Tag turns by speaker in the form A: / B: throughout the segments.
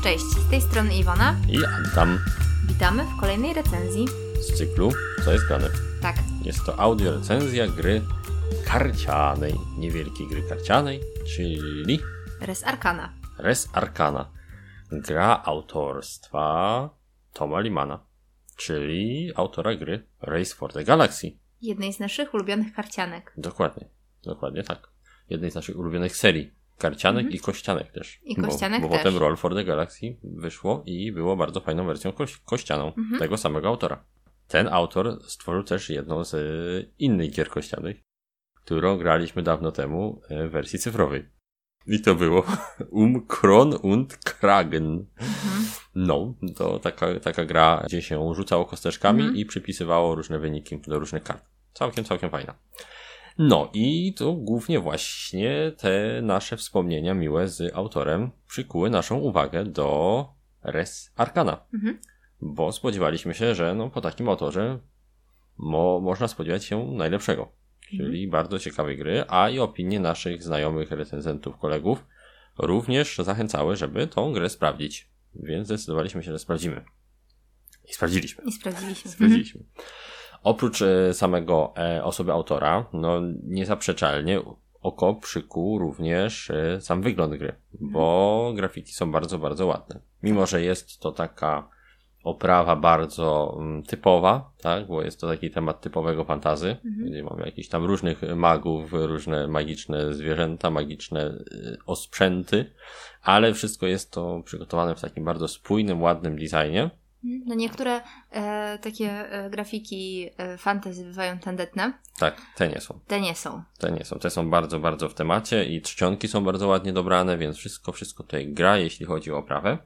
A: Cześć, z tej strony Iwona
B: i Adam.
A: Witamy w kolejnej recenzji
B: Z cyklu Co jest grane?
A: Tak.
B: Jest to audio recenzja gry karcianej, niewielkiej gry karcianej, czyli
A: Res Arcana.
B: Res Arcana. Gra autorstwa Toma Limana, czyli autora gry Race for the Galaxy.
A: Jednej z naszych ulubionych karcianek.
B: Dokładnie tak. Jednej z naszych ulubionych serii karcianek i kościanek też.
A: I kościanek
B: bo
A: też.
B: potem Roll for the Galaxy wyszło i było bardzo fajną wersją kościaną tego samego autora. Ten autor stworzył też jedną z innych gier kościanych, którą graliśmy dawno temu w wersji cyfrowej. I to było Kron und Kragen. No, to taka gra, gdzie się rzucało kosteczkami i przypisywało różne wyniki do różnych kart. Całkiem fajna. No i to głównie właśnie te nasze wspomnienia miłe z autorem przykuły naszą uwagę do Res Arcana. Bo spodziewaliśmy się, że po takim autorze można spodziewać się najlepszego. Czyli bardzo ciekawej gry, a i opinie naszych znajomych recenzentów, kolegów również zachęcały, żeby tą grę sprawdzić. Więc zdecydowaliśmy się, że sprawdzimy. I sprawdziliśmy. Sprawdziliśmy. Oprócz samego osoby autora, niezaprzeczalnie oko przykuł również sam wygląd gry, bo grafiki są bardzo, bardzo ładne. Mimo że jest to taka oprawa bardzo typowa, tak, bo jest to taki temat typowego fantasy, gdzie mamy jakichś tam różnych magów, różne magiczne zwierzęta, magiczne osprzęty, ale wszystko jest to przygotowane w takim bardzo spójnym, ładnym designie.
A: No niektóre takie grafiki fantasy bywają tandetne.
B: Tak, te nie są. Te są bardzo, bardzo w temacie i czcionki są bardzo ładnie dobrane, więc wszystko tutaj gra, jeśli chodzi o oprawę.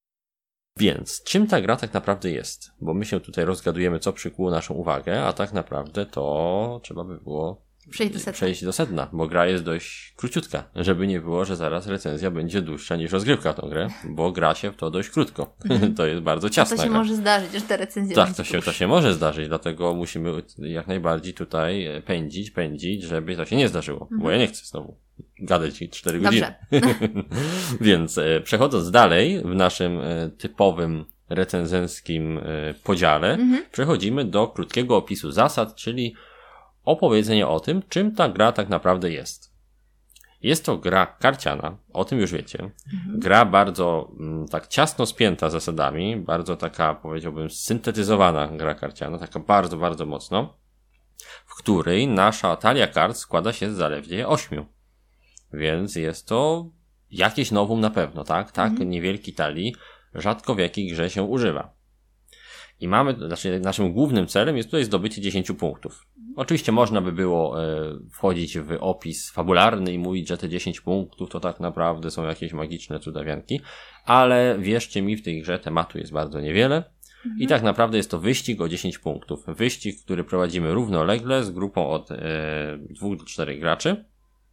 B: Więc czym ta gra tak naprawdę jest? Bo my się tutaj rozgadujemy, co przykuło naszą uwagę, a tak naprawdę to trzeba by było przejść do sedna, bo gra jest dość króciutka, żeby nie było, że zaraz recenzja będzie dłuższa niż rozgrywka w tą grę, bo gra się w to dość krótko. To jest bardzo ciasna gra.
A: To się może zdarzyć, że ta recenzja
B: tak, to się może zdarzyć, dlatego musimy jak najbardziej tutaj pędzić, żeby to się nie zdarzyło, bo ja nie chcę znowu gadać ci 4 godziny. Więc przechodząc dalej w naszym typowym recenzenckim podziale, przechodzimy do krótkiego opisu zasad, czyli opowiedzenie o tym, czym ta gra tak naprawdę jest. Jest to gra karciana, o tym już wiecie. Gra bardzo tak ciasno spięta zasadami, bardzo taka, powiedziałbym, syntetyzowana gra karciana, taka bardzo, bardzo mocno, w której nasza talia kart składa się z zaledwie 8. Więc jest to jakieś novum na pewno, tak? Niewielki talii, rzadko w jakiej grze się używa. I naszym głównym celem jest tutaj zdobycie 10 punktów. Oczywiście można by było wchodzić w opis fabularny i mówić, że te 10 punktów to tak naprawdę są jakieś magiczne cudawianki, ale wierzcie mi, w tej grze tematu jest bardzo niewiele i tak naprawdę jest to wyścig o 10 punktów. Wyścig, który prowadzimy równolegle z grupą od 2 do 4 graczy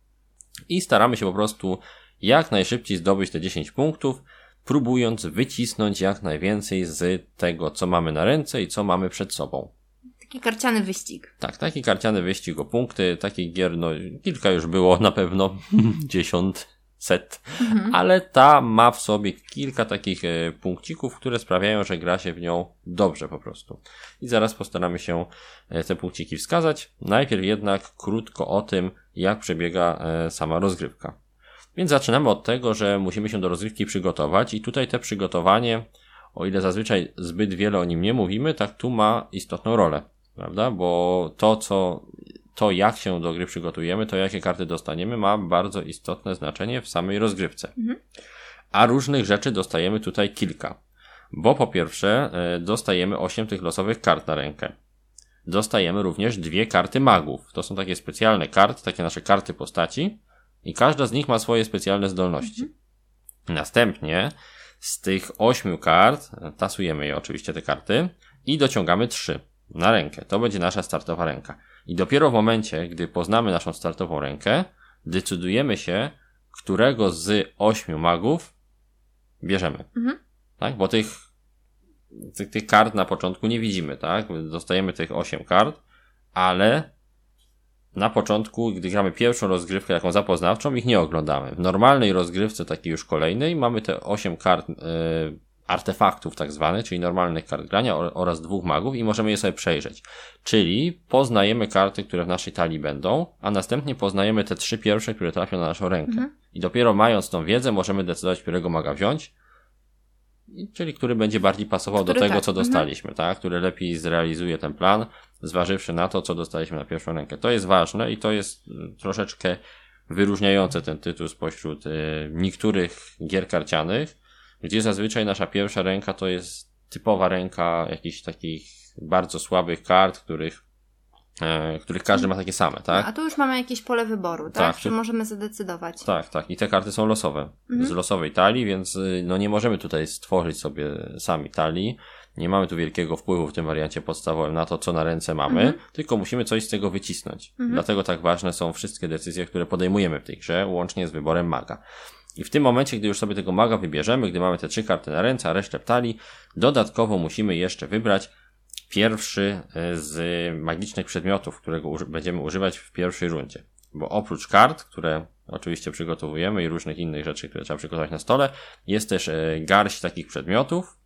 B: i staramy się po prostu jak najszybciej zdobyć te 10 punktów, próbując wycisnąć jak najwięcej z tego, co mamy na ręce i co mamy przed sobą.
A: Taki karciany wyścig. Tak,
B: taki karciany wyścig o punkty. Takich gier, kilka już było na pewno, 10, 100, ale ta ma w sobie kilka takich punkcików, które sprawiają, że gra się w nią dobrze po prostu. I zaraz postaramy się te punkciki wskazać. Najpierw jednak krótko o tym, jak przebiega sama rozgrywka. Więc zaczynamy od tego, że musimy się do rozgrywki przygotować i tutaj te przygotowanie, o ile zazwyczaj zbyt wiele o nim nie mówimy, tak tu ma istotną rolę, prawda? Bo to jak się do gry przygotujemy, to jakie karty dostaniemy, ma bardzo istotne znaczenie w samej rozgrywce. A różnych rzeczy dostajemy tutaj kilka. Bo po pierwsze dostajemy 8 tych losowych kart na rękę. Dostajemy również 2 karty magów. To są takie specjalne karty, takie nasze karty postaci. I każda z nich ma swoje specjalne zdolności. Następnie z tych 8 kart tasujemy je oczywiście te karty i dociągamy 3 na rękę. To będzie nasza startowa ręka. I dopiero w momencie, gdy poznamy naszą startową rękę, decydujemy się, którego z 8 magów bierzemy. Tak? Bo tych kart na początku nie widzimy, tak? Dostajemy tych 8 kart, ale na początku, gdy gramy pierwszą rozgrywkę taką zapoznawczą, ich nie oglądamy. W normalnej rozgrywce, takiej już kolejnej, mamy te 8 kart artefaktów tak zwanych, czyli normalnych kart grania oraz 2 magów i możemy je sobie przejrzeć. Czyli poznajemy karty, które w naszej talii będą, a następnie poznajemy te 3 pierwsze, które trafią na naszą rękę. I dopiero mając tą wiedzę, możemy decydować, którego maga wziąć, czyli który będzie bardziej pasował do tego, co dostaliśmy, tak? Który lepiej zrealizuje ten plan, zważywszy na to, co dostaliśmy na pierwszą rękę. To jest ważne i to jest troszeczkę wyróżniające ten tytuł spośród niektórych gier karcianych, gdzie zazwyczaj nasza pierwsza ręka to jest typowa ręka jakichś takich bardzo słabych kart, których każdy ma takie same, tak?
A: A tu już mamy jakieś pole wyboru, tak? Czy możemy zadecydować.
B: Tak. I te karty są losowe. Z losowej talii, więc no nie możemy tutaj stworzyć sobie sami talii. Nie mamy tu wielkiego wpływu w tym wariancie podstawowym na to, co na ręce mamy, tylko musimy coś z tego wycisnąć. Dlatego tak ważne są wszystkie decyzje, które podejmujemy w tej grze, łącznie z wyborem maga. I w tym momencie, gdy już sobie tego maga wybierzemy, gdy mamy te 3 karty na ręce, a resztę w talii, dodatkowo musimy jeszcze wybrać pierwszy z magicznych przedmiotów, którego będziemy używać w pierwszej rundzie. Bo oprócz kart, które oczywiście przygotowujemy i różnych innych rzeczy, które trzeba przygotować na stole, jest też garść takich przedmiotów,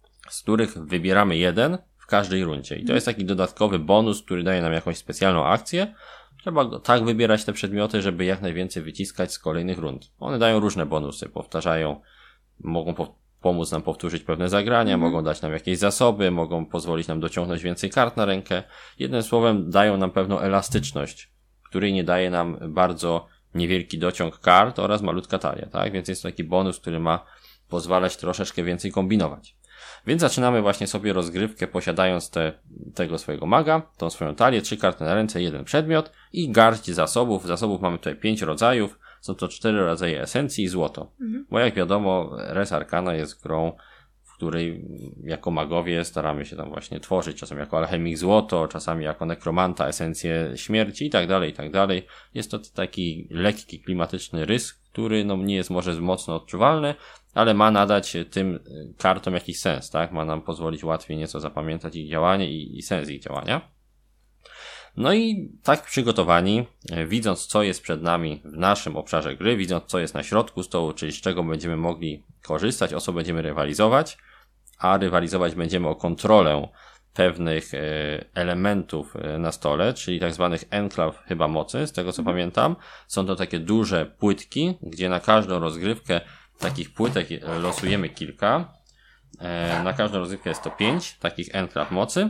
B: z których wybieramy jeden w każdej rundzie. I to jest taki dodatkowy bonus, który daje nam jakąś specjalną akcję. Trzeba tak wybierać te przedmioty, żeby jak najwięcej wyciskać z kolejnych rund. One dają różne bonusy, powtarzają, mogą pomóc nam powtórzyć pewne zagrania, mogą dać nam jakieś zasoby, mogą pozwolić nam dociągnąć więcej kart na rękę. Jednym słowem dają nam pewną elastyczność, której nie daje nam bardzo niewielki dociąg kart oraz malutka talia, tak? Więc jest to taki bonus, który ma pozwalać troszeczkę więcej kombinować. Więc zaczynamy właśnie sobie rozgrywkę posiadając tego swojego maga, tą swoją talię, 3 karty na ręce, 1 przedmiot i garść zasobów. Zasobów mamy tutaj 5 rodzajów, są to 4 rodzaje esencji i złoto. Bo jak wiadomo, Res Arcana jest grą, w której jako magowie staramy się tam właśnie tworzyć, czasami jako alchemik złoto, czasami jako nekromanta esencję śmierci i tak dalej, i tak dalej. Jest to taki lekki, klimatyczny rys, który no nie jest może mocno odczuwalny, ale ma nadać tym kartom jakiś sens, tak? Ma nam pozwolić łatwiej nieco zapamiętać ich działanie i sens ich działania. No i tak przygotowani, widząc co jest przed nami w naszym obszarze gry, widząc co jest na środku stołu, czyli z czego będziemy mogli korzystać, o co będziemy rywalizować, a rywalizować będziemy o kontrolę pewnych elementów na stole, czyli tak zwanych enklaw chyba mocy, z tego co pamiętam. Są to takie duże płytki, gdzie na każdą rozgrywkę takich płytek losujemy kilka. Na każdą rozgrywkę jest to 5 takich enklaw mocy.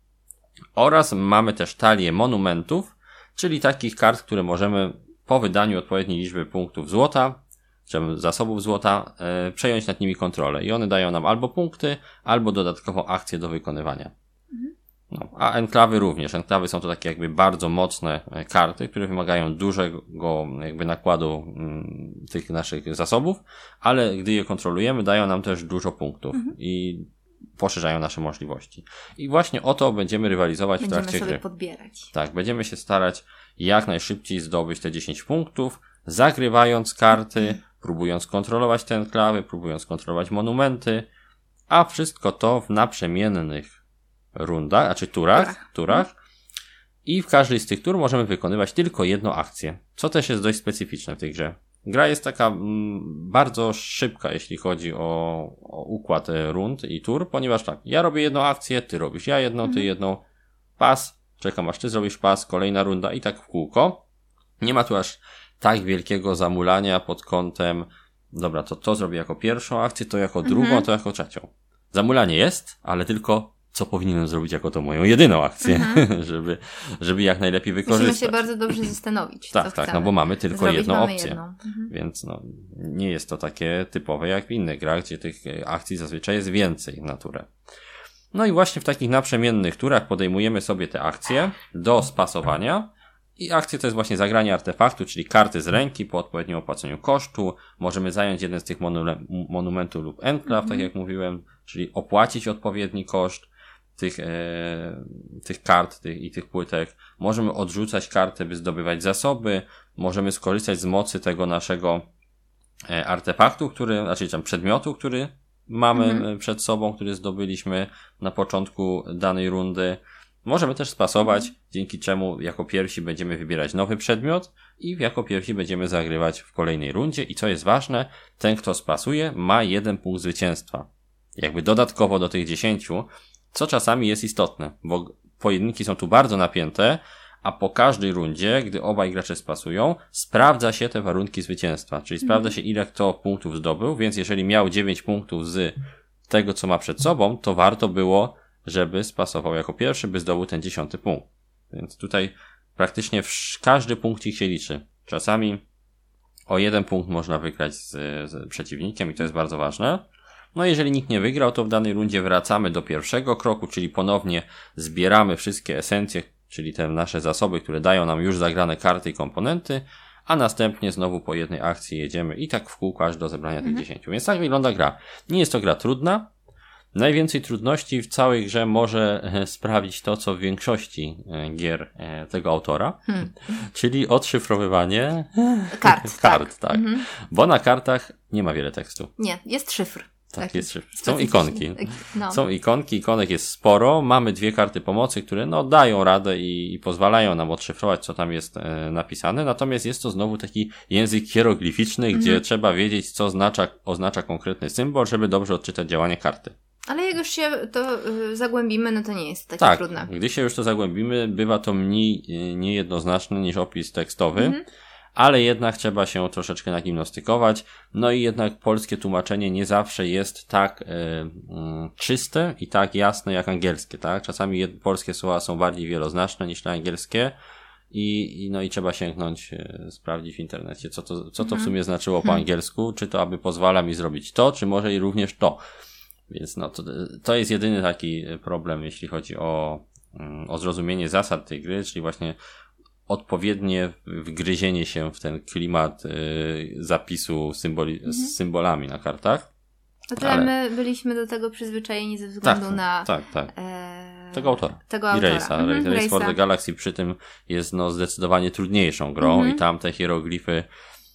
B: Oraz mamy też talię monumentów, czyli takich kart, które możemy po wydaniu odpowiedniej liczby punktów złota, czy zasobów złota, przejąć nad nimi kontrolę. I one dają nam albo punkty, albo dodatkową akcję do wykonywania. No, a enklawy również. Enklawy są to takie jakby bardzo mocne karty, które wymagają dużego jakby nakładu tych naszych zasobów, ale gdy je kontrolujemy, dają nam też dużo punktów i poszerzają nasze możliwości. I właśnie o to będziemy rywalizować w trakcie gry.
A: Będziemy sobie podbierać.
B: Tak, będziemy się starać jak najszybciej zdobyć te 10 punktów, zagrywając karty, próbując kontrolować te enklawy, próbując kontrolować monumenty, a wszystko to w naprzemiennych rundach, znaczy turach. I w każdej z tych tur możemy wykonywać tylko jedną akcję, co też jest dość specyficzne w tej grze. Gra jest taka bardzo szybka, jeśli chodzi o układ rund i tur, ponieważ tak, ja robię jedną akcję, ty robisz ja jedną, ty jedną, pas, czekam aż ty zrobisz pas, kolejna runda i tak w kółko. Nie ma tu aż tak wielkiego zamulania pod kątem, dobra, to zrobię jako pierwszą akcję, to jako drugą, to jako trzecią. Zamulanie jest, ale tylko co powinienem zrobić jako to moją jedyną akcję, żeby jak najlepiej wykorzystać.
A: Musimy się bardzo dobrze zastanowić.
B: Tak, no bo mamy tylko jedną opcję. Więc no, nie jest to takie typowe jak w innych grach, gdzie tych akcji zazwyczaj jest więcej na turę. No i właśnie w takich naprzemiennych turach podejmujemy sobie te akcje do spasowania. I akcje to jest właśnie zagranie artefaktu, czyli karty z ręki po odpowiednim opłaceniu kosztu. Możemy zająć jeden z tych monumentów lub enklaw, tak jak mówiłem, czyli opłacić odpowiedni koszt tych kart i tych płytek. Możemy odrzucać karty, by zdobywać zasoby. Możemy skorzystać z mocy tego naszego artefaktu, znaczy tam przedmiotu, który mamy przed sobą, który zdobyliśmy na początku danej rundy. Możemy też spasować, dzięki czemu jako pierwsi będziemy wybierać nowy przedmiot i jako pierwsi będziemy zagrywać w kolejnej rundzie i co jest ważne, ten kto spasuje ma 1 punkt zwycięstwa. Jakby dodatkowo do tych 10, co czasami jest istotne, bo pojedynki są tu bardzo napięte, a po każdej rundzie, gdy obaj gracze spasują, sprawdza się te warunki zwycięstwa, czyli sprawdza się ile kto punktów zdobył, więc jeżeli miał 9 punktów z tego co ma przed sobą, to warto było, żeby spasował jako pierwszy, by zdobył ten 10 punkt. Więc tutaj praktycznie każdy punkcik się liczy. Czasami o 1 punkt można wygrać z przeciwnikiem i to jest bardzo ważne. No jeżeli nikt nie wygrał, to w danej rundzie wracamy do pierwszego kroku, czyli ponownie zbieramy wszystkie esencje, czyli te nasze zasoby, które dają nam już zagrane karty i komponenty, a następnie znowu po jednej akcji jedziemy i tak w kółko aż do zebrania tych 10. Więc tak wygląda gra. Nie jest to gra trudna. Najwięcej trudności w całej grze może sprawić to, co w większości gier tego autora, czyli odszyfrowywanie kart, tak. Bo na kartach nie ma wiele tekstu.
A: Nie, jest szyfr.
B: Tak, jest szyfr. Są ikonki. Są ikonki, ikonek jest sporo. Mamy 2 karty pomocy, które dają radę i pozwalają nam odszyfrować, co tam jest napisane. Natomiast jest to znowu taki język hieroglificzny, gdzie trzeba wiedzieć, co oznacza konkretny symbol, żeby dobrze odczytać działanie karty.
A: Ale jak już się to zagłębimy, no to nie jest takie trudne.
B: Tak, gdy się już to zagłębimy, bywa to mniej niejednoznaczne niż opis tekstowy, ale jednak trzeba się troszeczkę nagimnastykować, no i jednak polskie tłumaczenie nie zawsze jest tak czyste i tak jasne jak angielskie, tak? Czasami polskie słowa są bardziej wieloznaczne niż angielskie i trzeba sięgnąć, sprawdzić w internecie, co to w sumie znaczyło po angielsku, czy to aby pozwala mi zrobić to, czy może i również to. Więc to jest jedyny taki problem, jeśli chodzi o zrozumienie zasad tej gry, czyli właśnie odpowiednie wgryzienie się w ten klimat zapisu z symbolami na kartach.
A: O tyle my byliśmy do tego przyzwyczajeni ze względu na
B: tego autora. I Race'a. Race for the Galaxy przy tym jest zdecydowanie trudniejszą grą i tam te hieroglify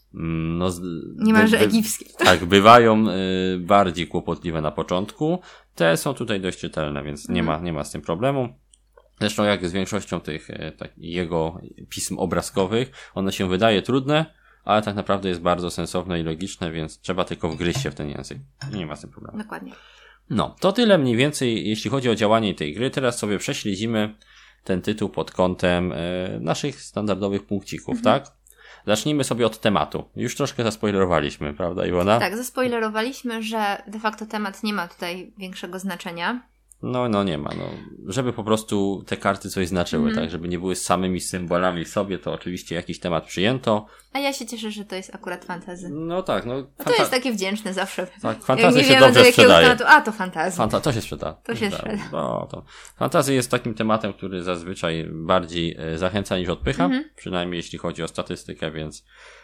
A: niemalże egipskie.
B: Tak, bywają bardziej kłopotliwe na początku. Te są tutaj dość czytelne, więc nie ma z tym problemu. Zresztą jak z większością tych jego pism obrazkowych, one się wydaje trudne, ale tak naprawdę jest bardzo sensowne i logiczne, więc trzeba tylko wgryźć się w ten język. I nie ma z tym problemu.
A: Dokładnie.
B: No, to tyle mniej więcej, jeśli chodzi o działanie tej gry. Teraz sobie prześledzimy ten tytuł pod kątem naszych standardowych punkcików, tak? Zacznijmy sobie od tematu. Już troszkę zaspoilerowaliśmy, prawda Iwona?
A: Tak, zaspoilerowaliśmy, że de facto temat nie ma tutaj większego znaczenia.
B: No nie ma, żeby po prostu te karty coś znaczyły, tak, żeby nie były samymi symbolami w sobie, to oczywiście jakiś temat przyjęto.
A: A ja się cieszę, że to jest akurat fantasy.
B: No tak,
A: to jest takie wdzięczne zawsze.
B: Tak, fantasy się dobrze sprzedaje.
A: To fantasy.
B: To się sprzeda.
A: To się sprzeda.
B: Fantasy jest takim tematem, który zazwyczaj bardziej zachęca niż odpycha, przynajmniej jeśli chodzi o statystykę, więc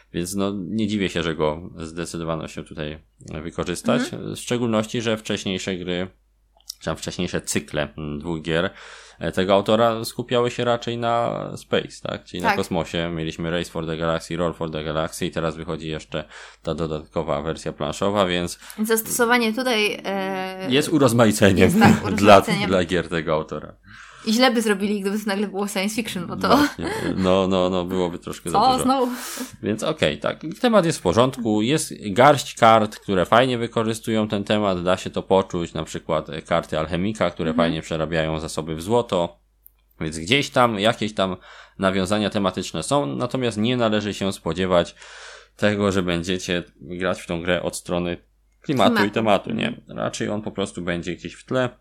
B: nie dziwię się, że go zdecydowano się tutaj wykorzystać. W szczególności, że wcześniejsze gry, czy wcześniejsze cykle 2 gier tego autora skupiały się raczej na space, tak? Czyli na kosmosie. Mieliśmy Race for the Galaxy, Roll for the Galaxy i teraz wychodzi jeszcze ta dodatkowa wersja planszowa, więc
A: zastosowanie tutaj
B: jest urozmaiceniem, dla gier tego autora.
A: I źle by zrobili, gdyby to nagle było science fiction, bo to...
B: No, byłoby troszkę za dużo.
A: Znowu?
B: Więc tak. Temat jest w porządku. Jest garść kart, które fajnie wykorzystują ten temat. Da się to poczuć. Na przykład karty alchemika, które fajnie przerabiają zasoby w złoto. Więc gdzieś tam jakieś tam nawiązania tematyczne są. Natomiast nie należy się spodziewać tego, że będziecie grać w tą grę od strony klimatu i tematu. Nie. Raczej on po prostu będzie gdzieś w tle.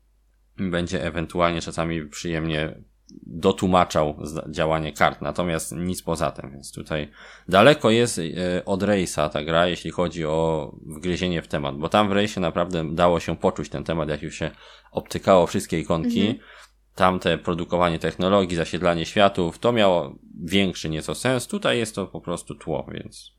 B: Będzie ewentualnie czasami przyjemnie dotłumaczał działanie kart, natomiast nic poza tym, więc tutaj daleko jest od Race'a ta gra, jeśli chodzi o wgryzienie w temat, bo tam w Race'ie naprawdę dało się poczuć ten temat, jak już się obtykało wszystkie ikonki, tamte produkowanie technologii, zasiedlanie światów, to miało większy nieco sens, tutaj jest to po prostu tło, więc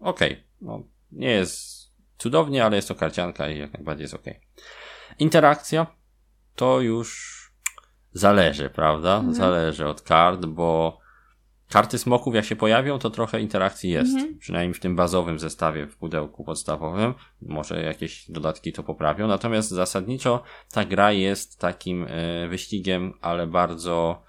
B: nie jest cudownie, ale jest to karcianka i jak najbardziej jest Interakcja to już zależy, prawda? Zależy od kart, bo Karty smoków jak się pojawią, to trochę interakcji jest. Przynajmniej w tym bazowym zestawie w pudełku podstawowym. Może jakieś dodatki to poprawią. Natomiast zasadniczo ta gra jest takim wyścigiem, ale bardzo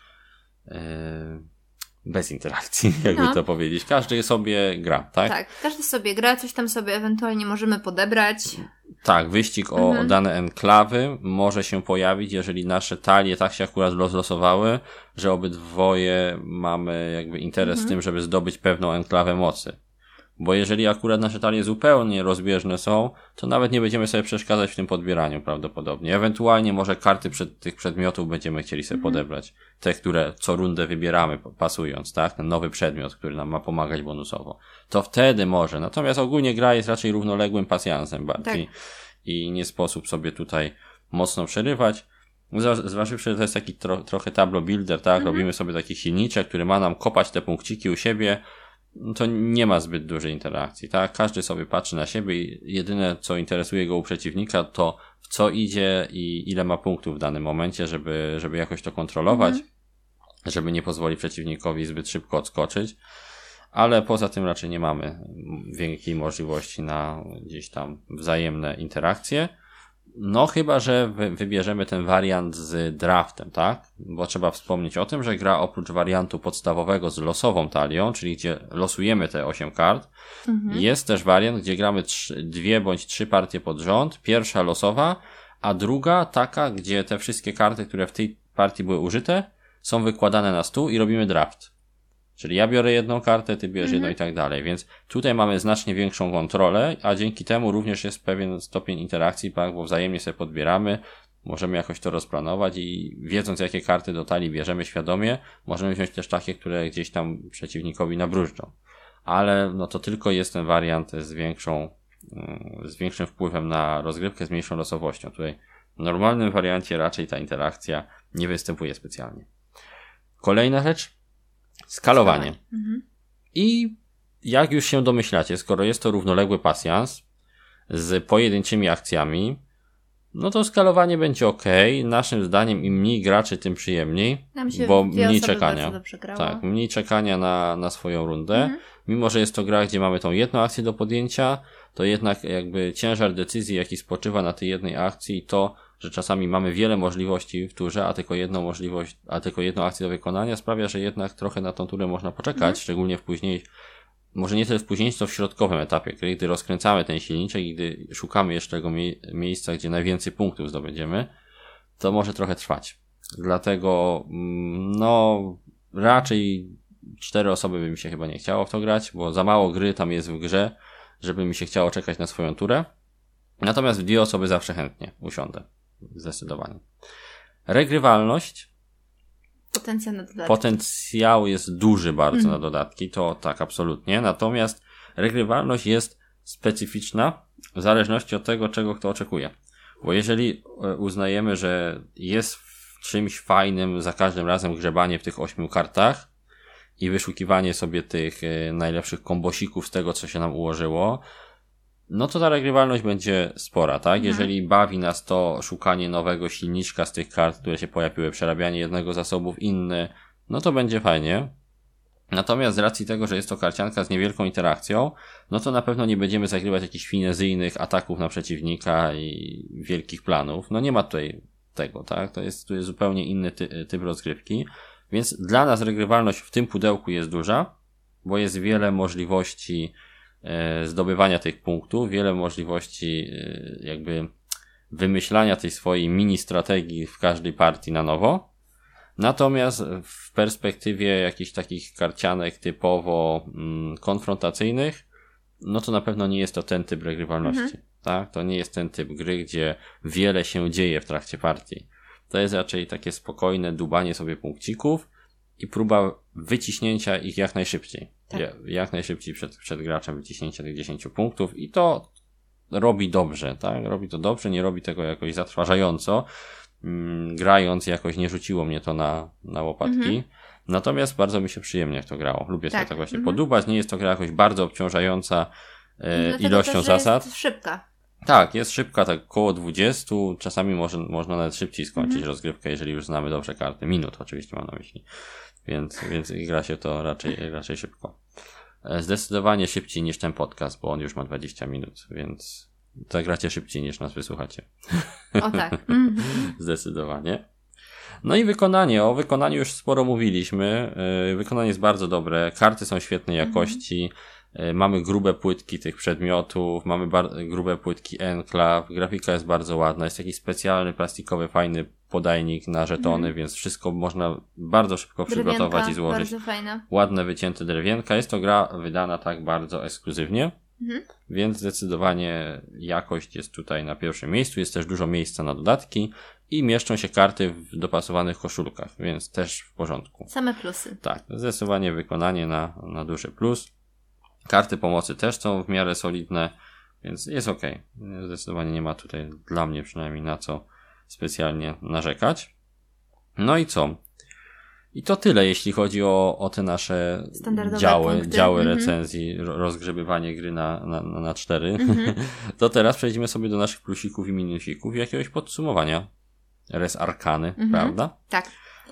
B: bez interakcji, jakby to powiedzieć. Każdy sobie gra, tak?
A: Tak, każdy sobie gra, coś tam sobie ewentualnie możemy podebrać.
B: Tak, wyścig o dane enklawy może się pojawić, jeżeli nasze talie tak się akurat rozlosowały, że obydwoje mamy jakby interes w tym, żeby zdobyć pewną enklawę mocy. Bo jeżeli akurat nasze talie zupełnie rozbieżne są, to nawet nie będziemy sobie przeszkadzać w tym podbieraniu prawdopodobnie. Ewentualnie może karty tych przedmiotów będziemy chcieli sobie podebrać. Te, które co rundę wybieramy pasując, tak? Ten nowy przedmiot, który nam ma pomagać bonusowo. To wtedy może. Natomiast ogólnie gra jest raczej równoległym pasjansem bardziej. Tak. I nie sposób sobie tutaj mocno przerywać. Zważywszy, że to jest taki trochę tableau builder, tak? Robimy sobie taki silniczek, który ma nam kopać te punkciki u siebie. To nie ma zbyt dużej interakcji, tak? Każdy sobie patrzy na siebie i jedyne, co interesuje go u przeciwnika, to w co idzie i ile ma punktów w danym momencie, żeby jakoś to kontrolować, żeby nie pozwolić przeciwnikowi zbyt szybko odskoczyć, ale poza tym raczej nie mamy wielkiej możliwości na gdzieś tam wzajemne interakcje. No chyba, że wybierzemy ten wariant z draftem, tak? Bo trzeba wspomnieć o tym, że gra oprócz wariantu podstawowego z losową talią, czyli gdzie losujemy te 8 kart, jest też wariant, gdzie gramy 2 bądź 3 partie pod rząd, pierwsza losowa, a druga taka, gdzie te wszystkie karty, które w tej partii były użyte, są wykładane na stół i robimy draft. Czyli ja biorę jedną kartę, ty bierzesz jedną i tak dalej, więc tutaj mamy znacznie większą kontrolę, a dzięki temu również jest pewien stopień interakcji, tak, bo wzajemnie sobie podbieramy, możemy jakoś to rozplanować i wiedząc jakie karty do talii bierzemy świadomie, możemy wziąć też takie, które gdzieś tam przeciwnikowi nabrużdżą. Ale no to tylko jest ten wariant z większym wpływem na rozgrywkę, z mniejszą losowością. Tutaj w normalnym wariancie raczej ta interakcja nie występuje specjalnie. Kolejna rzecz, skalowanie. I jak już się domyślacie, skoro jest to równoległy pasjans z pojedynczymi akcjami, no to skalowanie będzie ok. Naszym zdaniem im mniej graczy, tym przyjemniej, bo mniej czekania. Tak, mniej czekania na swoją rundę. Mimo że jest to gra, gdzie mamy tą jedną akcję do podjęcia, to jednak jakby ciężar decyzji, jaki spoczywa na tej jednej akcji, to że czasami mamy wiele możliwości w turze, a tylko jedną akcję do wykonania sprawia, że jednak trochę na tą turę można poczekać, szczególnie może nie tyle w późniejszym, co w środkowym etapie, gdy rozkręcamy ten silniczek i gdy szukamy jeszcze tego miejsca, gdzie najwięcej punktów zdobędziemy, to może trochę trwać. Dlatego, no, raczej 4 osoby by mi się chyba nie chciało w to grać, bo za mało gry tam jest w grze, żeby mi się chciało czekać na swoją turę. Natomiast w 2 osoby zawsze chętnie usiądę. Zdecydowanie. Regrywalność. Potencjał jest duży bardzo na dodatki, to tak, absolutnie. Natomiast regrywalność jest specyficzna w zależności od tego, czego kto oczekuje. Bo jeżeli uznajemy, że jest w czymś fajnym za każdym razem grzebanie w tych 8 kartach i wyszukiwanie sobie tych najlepszych kombosików z tego, co się nam ułożyło, no to ta regrywalność będzie spora, tak? Jeżeli bawi nas to szukanie nowego silniczka z tych kart, które się pojawiły, przerabianie jednego zasobu w inny, no to będzie fajnie. Natomiast z racji tego, że jest to karcianka z niewielką interakcją, no to na pewno nie będziemy zagrywać jakichś finezyjnych ataków na przeciwnika i wielkich planów. No nie ma tutaj tego, tak? To jest zupełnie inny typ rozgrywki. Więc dla nas regrywalność w tym pudełku jest duża, bo jest wiele możliwości zdobywania tych punktów, wiele możliwości jakby wymyślania tej swojej mini strategii w każdej partii na nowo. Natomiast w perspektywie jakichś takich karcianek typowo konfrontacyjnych, no to na pewno nie jest to ten typ regrywalności. Tak? To nie jest ten typ gry, gdzie wiele się dzieje w trakcie partii. To jest raczej takie spokojne dubanie sobie punkcików i próba wyciśnięcia ich jak najszybciej. Tak. Jak najszybciej przed graczem wyciśnięcia tych 10 punktów i to robi dobrze, tak? Robi to dobrze, nie robi tego jakoś zatrważająco. Grając jakoś nie rzuciło mnie to na łopatki. Natomiast bardzo mi się przyjemnie w to grało. Lubię sobie tak właśnie podubać. Nie jest to gra jakoś bardzo obciążająca ilością też, zasad.
A: Jest szybka.
B: Tak, jest szybka, tak około 20. Czasami można nawet szybciej skończyć rozgrywkę, jeżeli już znamy dobrze karty. Minut oczywiście mam na myśli. więc gra się to raczej szybko. Zdecydowanie szybciej niż ten podcast, bo on już ma 20 minut, więc zagracie szybciej niż nas wysłuchacie.
A: O tak.
B: Zdecydowanie. No i wykonanie. O wykonaniu już sporo mówiliśmy. Wykonanie jest bardzo dobre. Karty są świetnej jakości. Mamy grube płytki tych przedmiotów. Mamy grube płytki Enclave. Grafika jest bardzo ładna. Jest jakiś specjalny, plastikowy, fajny podajnik na żetony, więc wszystko można bardzo szybko przygotować i złożyć.
A: Bardzo fajna.
B: Ładne, wycięte drewienka. Jest to gra wydana tak bardzo ekskluzywnie. Więc zdecydowanie jakość jest tutaj na pierwszym miejscu. Jest też dużo miejsca na dodatki i mieszczą się karty w dopasowanych koszulkach, więc też w porządku.
A: Same plusy.
B: Tak, zdecydowanie wykonanie na duży plus. Karty pomocy też są w miarę solidne, więc jest ok. Zdecydowanie nie ma tutaj dla mnie przynajmniej na co specjalnie narzekać. No i co? I to tyle, jeśli chodzi o te nasze działy recenzji, rozgrzebywanie gry na 4. To teraz przejdźmy sobie do naszych plusików i minusików i jakiegoś podsumowania. Res Arcany, prawda?
A: Tak.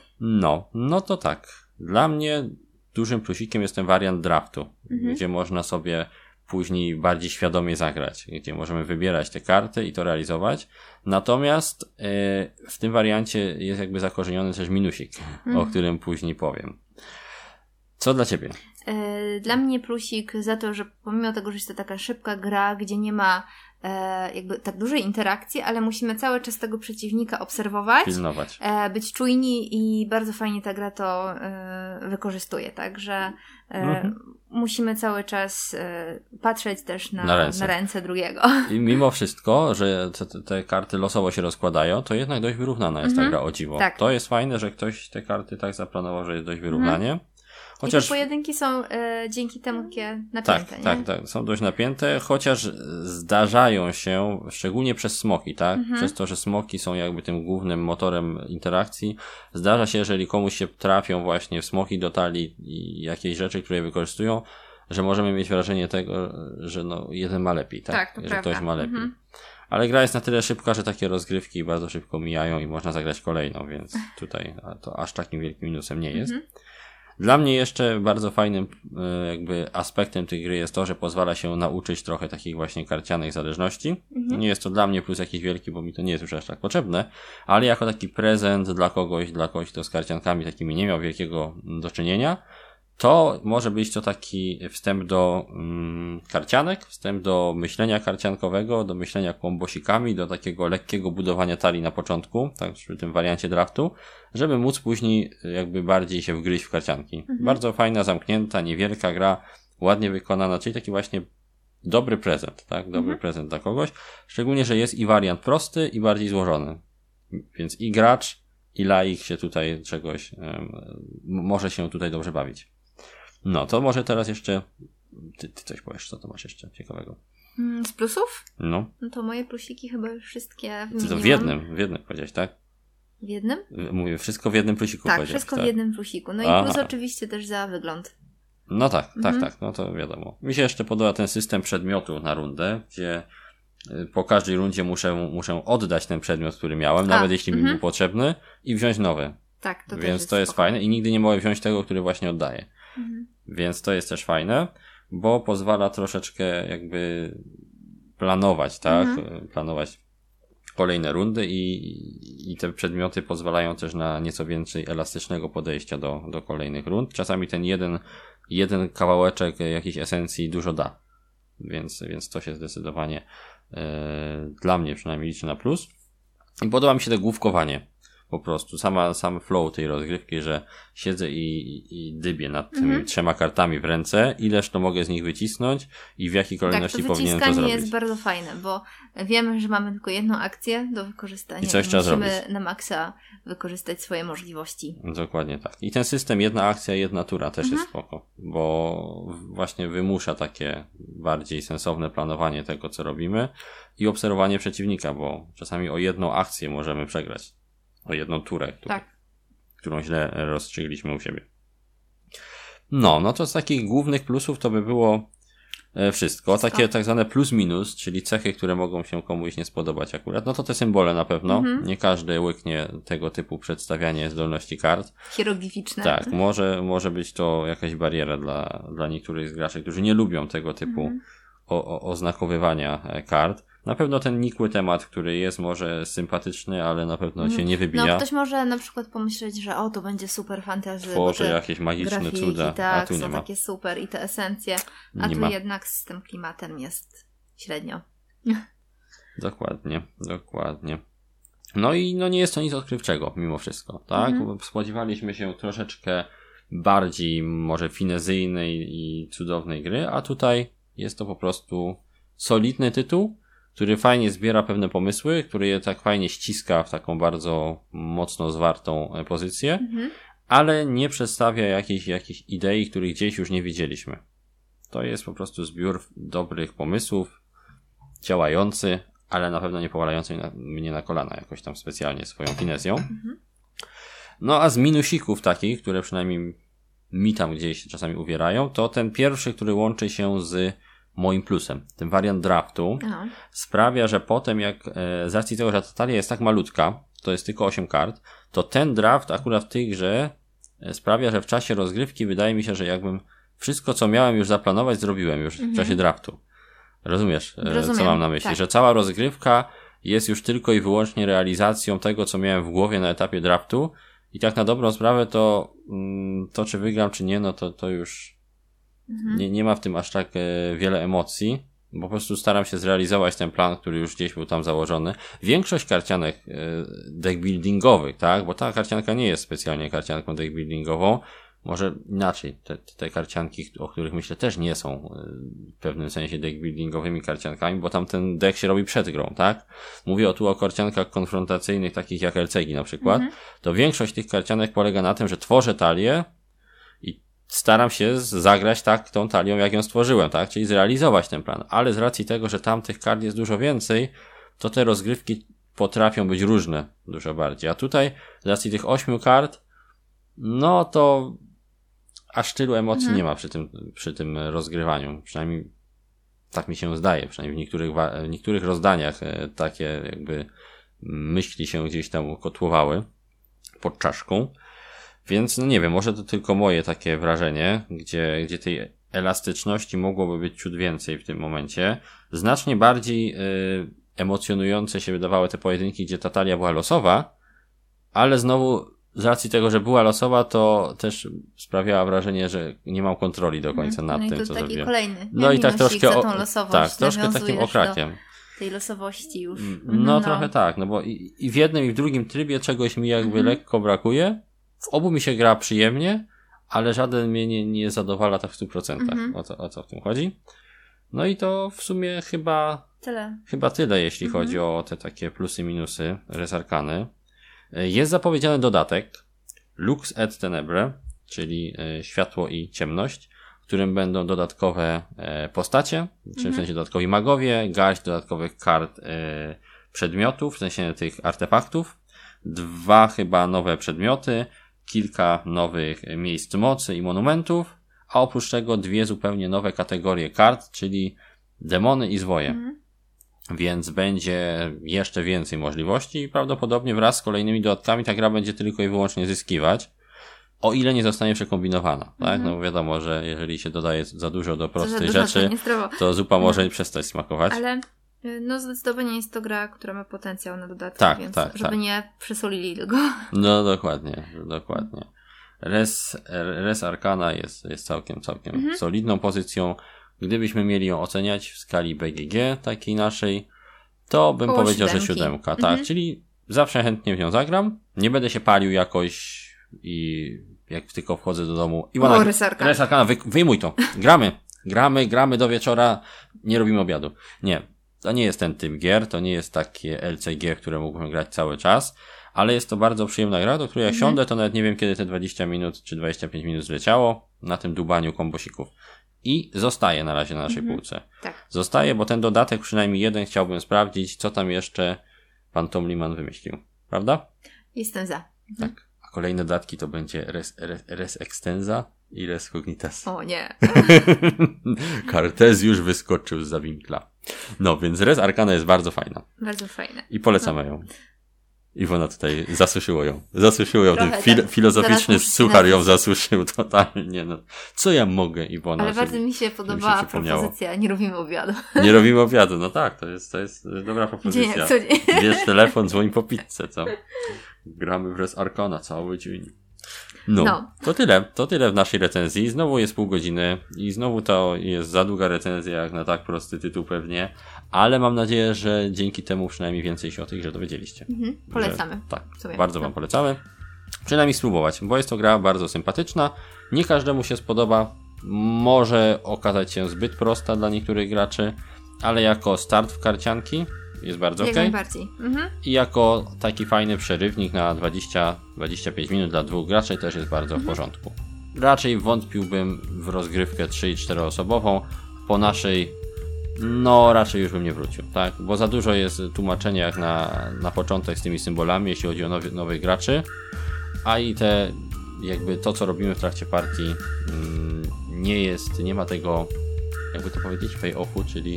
B: No to tak. Dla mnie dużym plusikiem jest ten wariant draftu, gdzie można sobie później bardziej świadomie zagrać, gdzie możemy wybierać te karty i to realizować. Natomiast w tym wariancie jest jakby zakorzeniony też minusik, o którym później powiem. Co dla ciebie?
A: Dla mnie plusik za to, że pomimo tego, że jest to taka szybka gra, gdzie nie ma jakby tak dużej interakcji, ale musimy cały czas tego przeciwnika obserwować,
B: pilnować,
A: być czujni i bardzo fajnie ta gra to wykorzystuje, także musimy cały czas patrzeć też na ręce drugiego. I
B: mimo wszystko, że te karty losowo się rozkładają, to jednak dość wyrównana jest ta gra, o dziwo.
A: Tak.
B: To jest fajne, że ktoś te karty tak zaplanował, że jest dość wyrównanie.
A: Chociaż... I te pojedynki są dzięki temu takie napięte,
B: tak, są dość napięte, chociaż zdarzają się, szczególnie przez smoki, tak? Przez to, że smoki są jakby tym głównym motorem interakcji, zdarza się, jeżeli komuś się trafią właśnie smoki do talii i jakieś rzeczy, które je wykorzystują, że możemy mieć wrażenie tego, że jeden ma lepiej, tak?
A: Tak, to
B: że
A: prawda.
B: ktoś ma lepiej. Ale gra jest na tyle szybka, że takie rozgrywki bardzo szybko mijają i można zagrać kolejną, więc tutaj to aż takim wielkim minusem nie jest. Dla mnie jeszcze bardzo fajnym jakby aspektem tej gry jest to, że pozwala się nauczyć trochę takich właśnie karcianych zależności. Nie jest to dla mnie plus jakiś wielki, bo mi to nie jest już aż tak potrzebne, ale jako taki prezent dla kogoś, kto z karciankami takimi nie miał wielkiego do czynienia, to może być to taki wstęp do karcianek, wstęp do myślenia karciankowego, do myślenia kombosikami, do takiego lekkiego budowania talii na początku, tak przy tym wariancie draftu, żeby móc później jakby bardziej się wgryźć w karcianki. Bardzo fajna, zamknięta, niewielka gra, ładnie wykonana, czyli taki właśnie dobry prezent, tak? Dobry prezent dla kogoś, szczególnie, że jest i wariant prosty i bardziej złożony. Więc i gracz, i laik się tutaj czegoś może się tutaj dobrze bawić. No, to może teraz jeszcze ty coś powiesz, co to masz jeszcze ciekawego?
A: Z plusów?
B: No
A: to moje plusiki chyba już wszystkie
B: wymieniłam. Ty to w jednym powiedziałeś, tak?
A: W jednym?
B: Mówię, wszystko w jednym plusiku
A: powiedziałeś. Tak, wszystko w jednym plusiku. No i plus oczywiście też za wygląd.
B: No tak, no to wiadomo. Mi się jeszcze podoba ten system przedmiotu na rundę, gdzie po każdej rundzie muszę oddać ten przedmiot, który miałem, nawet jeśli mi był potrzebny, i wziąć nowy.
A: Tak, to
B: więc to jest fajne i nigdy nie mogę wziąć tego, który właśnie oddaję. Więc to jest też fajne, bo pozwala troszeczkę jakby planować, tak? Planować kolejne rundy i te przedmioty pozwalają też na nieco więcej elastycznego podejścia do kolejnych rund. Czasami ten jeden kawałeczek jakiejś esencji dużo da. Więc to się zdecydowanie dla mnie przynajmniej liczy na plus. I podoba mi się to główkowanie. Po prostu sam flow tej rozgrywki, że siedzę i dybię nad tymi 3 kartami w ręce, ileż to mogę z nich wycisnąć i w jakiej kolejności powinienem to zrobić.
A: To wyciskanie jest bardzo fajne, bo wiemy, że mamy tylko jedną akcję do wykorzystania
B: i coś trzeba
A: musimy
B: zrobić.
A: Na maksa wykorzystać swoje możliwości.
B: Dokładnie tak. I ten system jedna akcja, jedna tura też jest spoko, bo właśnie wymusza takie bardziej sensowne planowanie tego, co robimy i obserwowanie przeciwnika, bo czasami o jedną akcję możemy przegrać. O jedną turę, którą źle rozstrzygliśmy u siebie. No to z takich głównych plusów to by było Wszystko. Takie tak zwane plus minus, czyli cechy, które mogą się komuś nie spodobać akurat. No to te symbole na pewno. Nie każdy łyknie tego typu przedstawianie zdolności kart.
A: Hieroglificzne.
B: Tak, może być to jakaś bariera dla niektórych z graczy, którzy nie lubią tego typu oznakowywania kart. Na pewno ten nikły temat, który jest może sympatyczny, ale na pewno się nie wybija.
A: No ktoś może na przykład pomyśleć, że to będzie super fantasy.
B: Tworzy jakieś magiczne
A: grafiki,
B: cuda,
A: tak,
B: a tu nie ma.
A: są takie super i te esencje, a tu jednak z tym klimatem jest średnio.
B: Dokładnie. No i nie jest to nic odkrywczego mimo wszystko, tak? Spodziewaliśmy się troszeczkę bardziej może finezyjnej i cudownej gry, a tutaj jest to po prostu solidny tytuł, który fajnie zbiera pewne pomysły, który je tak fajnie ściska w taką bardzo mocno zwartą pozycję, ale nie przedstawia jakichś idei, których gdzieś już nie widzieliśmy. To jest po prostu zbiór dobrych pomysłów, działający, ale na pewno nie powalający mnie na kolana jakoś tam specjalnie swoją finezją. No a z minusików takich, które przynajmniej mi tam gdzieś czasami uwierają, to ten pierwszy, który łączy się z moim plusem. Ten wariant draftu sprawia, że potem z racji tego, że ta talia jest tak malutka, to jest tylko 8 kart, to ten draft akurat w tej grze sprawia, że w czasie rozgrywki wydaje mi się, że jakbym wszystko, co miałem już zaplanować, zrobiłem już w czasie draftu. Rozumiesz, co mam na myśli? Tak. Że cała rozgrywka jest już tylko i wyłącznie realizacją tego, co miałem w głowie na etapie draftu i tak na dobrą sprawę to czy wygram, czy nie, no to już nie ma w tym aż tak wiele emocji, bo po prostu staram się zrealizować ten plan, który już gdzieś był tam założony. Większość karcianek deckbuildingowych, tak, bo ta karcianka nie jest specjalnie karcianką deckbuildingową, może inaczej, te karcianki, o których myślę, też nie są w pewnym sensie deckbuildingowymi karciankami, bo tam ten deck się robi przed grą, tak? Mówię tu o karciankach konfrontacyjnych, takich jak LCG na przykład, to większość tych karcianek polega na tym, że tworzę talię i staram się zagrać tak tą talią, jak ją stworzyłem, tak? Czyli zrealizować ten plan, ale z racji tego, że tam tych kart jest dużo więcej, to te rozgrywki potrafią być różne dużo bardziej, a tutaj z racji tych 8 kart, no to aż tylu emocji nie ma przy tym rozgrywaniu. Przynajmniej tak mi się zdaje. Przynajmniej w niektórych rozdaniach takie jakby myśli się gdzieś tam kotłowały pod czaszką. Więc no nie wiem, może to tylko moje takie wrażenie, gdzie tej elastyczności mogłoby być ciut więcej w tym momencie. Znacznie bardziej emocjonujące się wydawały te pojedynki, gdzie ta talia była losowa, ale znowu z racji tego, że była losowa, to też sprawiała wrażenie, że nie mam kontroli do końca nad tym, co zrobiłem.
A: Kolejny.
B: No i tak troszkę
A: troszkę
B: takim okrakiem.
A: Tej losowości już.
B: No trochę tak, no bo i w jednym i w drugim trybie czegoś mi jakby lekko brakuje. W obu mi się gra przyjemnie, ale żaden mnie nie zadowala tak w 100%. O co w tym chodzi? No i to w sumie chyba tyle, jeśli chodzi o te takie plusy, minusy Res Arcany. Jest zapowiedziany dodatek Lux et Tenebre, czyli światło i ciemność, w którym będą dodatkowe postacie, czyli w sensie dodatkowi magowie, garść dodatkowych kart przedmiotów, w sensie tych artefaktów, 2 chyba nowe przedmioty, kilka nowych miejsc mocy i monumentów, a oprócz tego 2 zupełnie nowe kategorie kart, czyli demony i zwoje. Więc będzie jeszcze więcej możliwości i prawdopodobnie wraz z kolejnymi dodatkami ta gra będzie tylko i wyłącznie zyskiwać, o ile nie zostanie przekombinowana, tak? No bo wiadomo, że jeżeli się dodaje za dużo do prostej rzeczy, to zupa może przestać smakować. Ale
A: no zdecydowanie jest to gra, która ma potencjał na dodatki, więc żeby nie przesolili go.
B: No dokładnie. Res Arcana jest całkiem solidną pozycją. Gdybyśmy mieli ją oceniać w skali BGG, takiej naszej, to bym powiedział, że 7. Tak, czyli zawsze chętnie w nią zagram. Nie będę się palił jakoś i jak tylko wchodzę do domu. Res Arcana, wyjmuj to. Gramy do wieczora, nie robimy obiadu. Nie, to nie jest ten typ gier, to nie jest takie LCG, w które mógłbym grać cały czas, ale jest to bardzo przyjemna gra, do której jak siądę, to nawet nie wiem, kiedy te 20 minut czy 25 minut zleciało na tym dubaniu kombosików. I zostaje na razie na naszej półce.
A: Tak.
B: Zostaje, bo ten dodatek, przynajmniej jeden, chciałbym sprawdzić, co tam jeszcze pan Tom Liman wymyślił. Prawda?
A: Jestem za.
B: Tak. A kolejne dodatki to będzie Res Extensa. i res cognitas.
A: O nie.
B: Kartezjusz wyskoczył zza winkla. No, więc res arcana jest bardzo fajna.
A: Bardzo fajna.
B: I polecamy ją. Iwona tutaj zasuszyło ją. Ten filozoficzny suchar ją zasuszył totalnie. No. Co ja mogę, Iwona?
A: Ale bardzo mi się podobała propozycja. Nie robimy obiadu.
B: Nie robimy obiadu. No tak, to jest dobra propozycja. Bierz telefon, dzwoń po pizzę, co? Gramy w res arcana cały dzień. No. To tyle w naszej recenzji. Znowu jest pół godziny i znowu to jest za długa recenzja jak na tak prosty tytuł pewnie, ale mam nadzieję, że dzięki temu przynajmniej więcej się o tej grze dowiedzieliście.
A: Polecamy.
B: Tak, bardzo wam polecamy. Przynajmniej spróbować, bo jest to gra bardzo sympatyczna. Nie każdemu się spodoba. Może okazać się zbyt prosta dla niektórych graczy, ale jako start w karcianki jest bardzo okej.
A: Jak najbardziej.
B: I jako taki fajny przerywnik na 20-25 minut dla dwóch graczy też jest bardzo w porządku. Raczej wątpiłbym w rozgrywkę 3 i 4 osobową. Po naszej raczej już bym nie wrócił, tak? Bo za dużo jest tłumaczenia jak na początek z tymi symbolami, jeśli chodzi o nowych graczy. A i jakby to, co robimy w trakcie partii nie ma tego, jakby to powiedzieć, pay-offu, czyli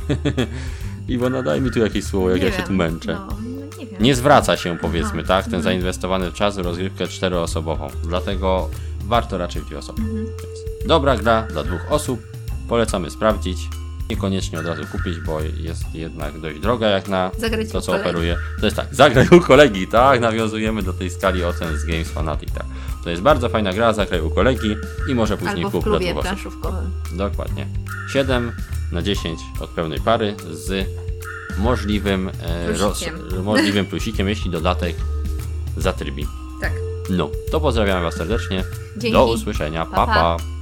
B: Iwona, daj mi tu jakieś słowo, jak ja się tu męczę.
A: Nie wiem.
B: Nie zwraca się, powiedzmy, tak, ten zainwestowany czas w rozgrywkę 4-osobową. Dlatego warto raczej 2 osoby. Więc dobra gra dla 2 osób. Polecamy sprawdzić. Niekoniecznie od razu kupić, bo jest jednak dość droga jak na
A: zagrać
B: to, co oferuje. To jest tak, zagraj u kolegi, tak? Nawiązujemy do tej skali ocen z Games Fanatic. Tak. To jest bardzo fajna gra, zagraj u kolegi i może później
A: kup dla 2 osób. Planszówkowym.
B: Dokładnie. 7 na 10 od pełnej pary z możliwym plusikiem, jeśli dodatek zatrybi.
A: Tak.
B: No, to pozdrawiam was serdecznie.
A: Dzięki.
B: Do usłyszenia. Pa, pa.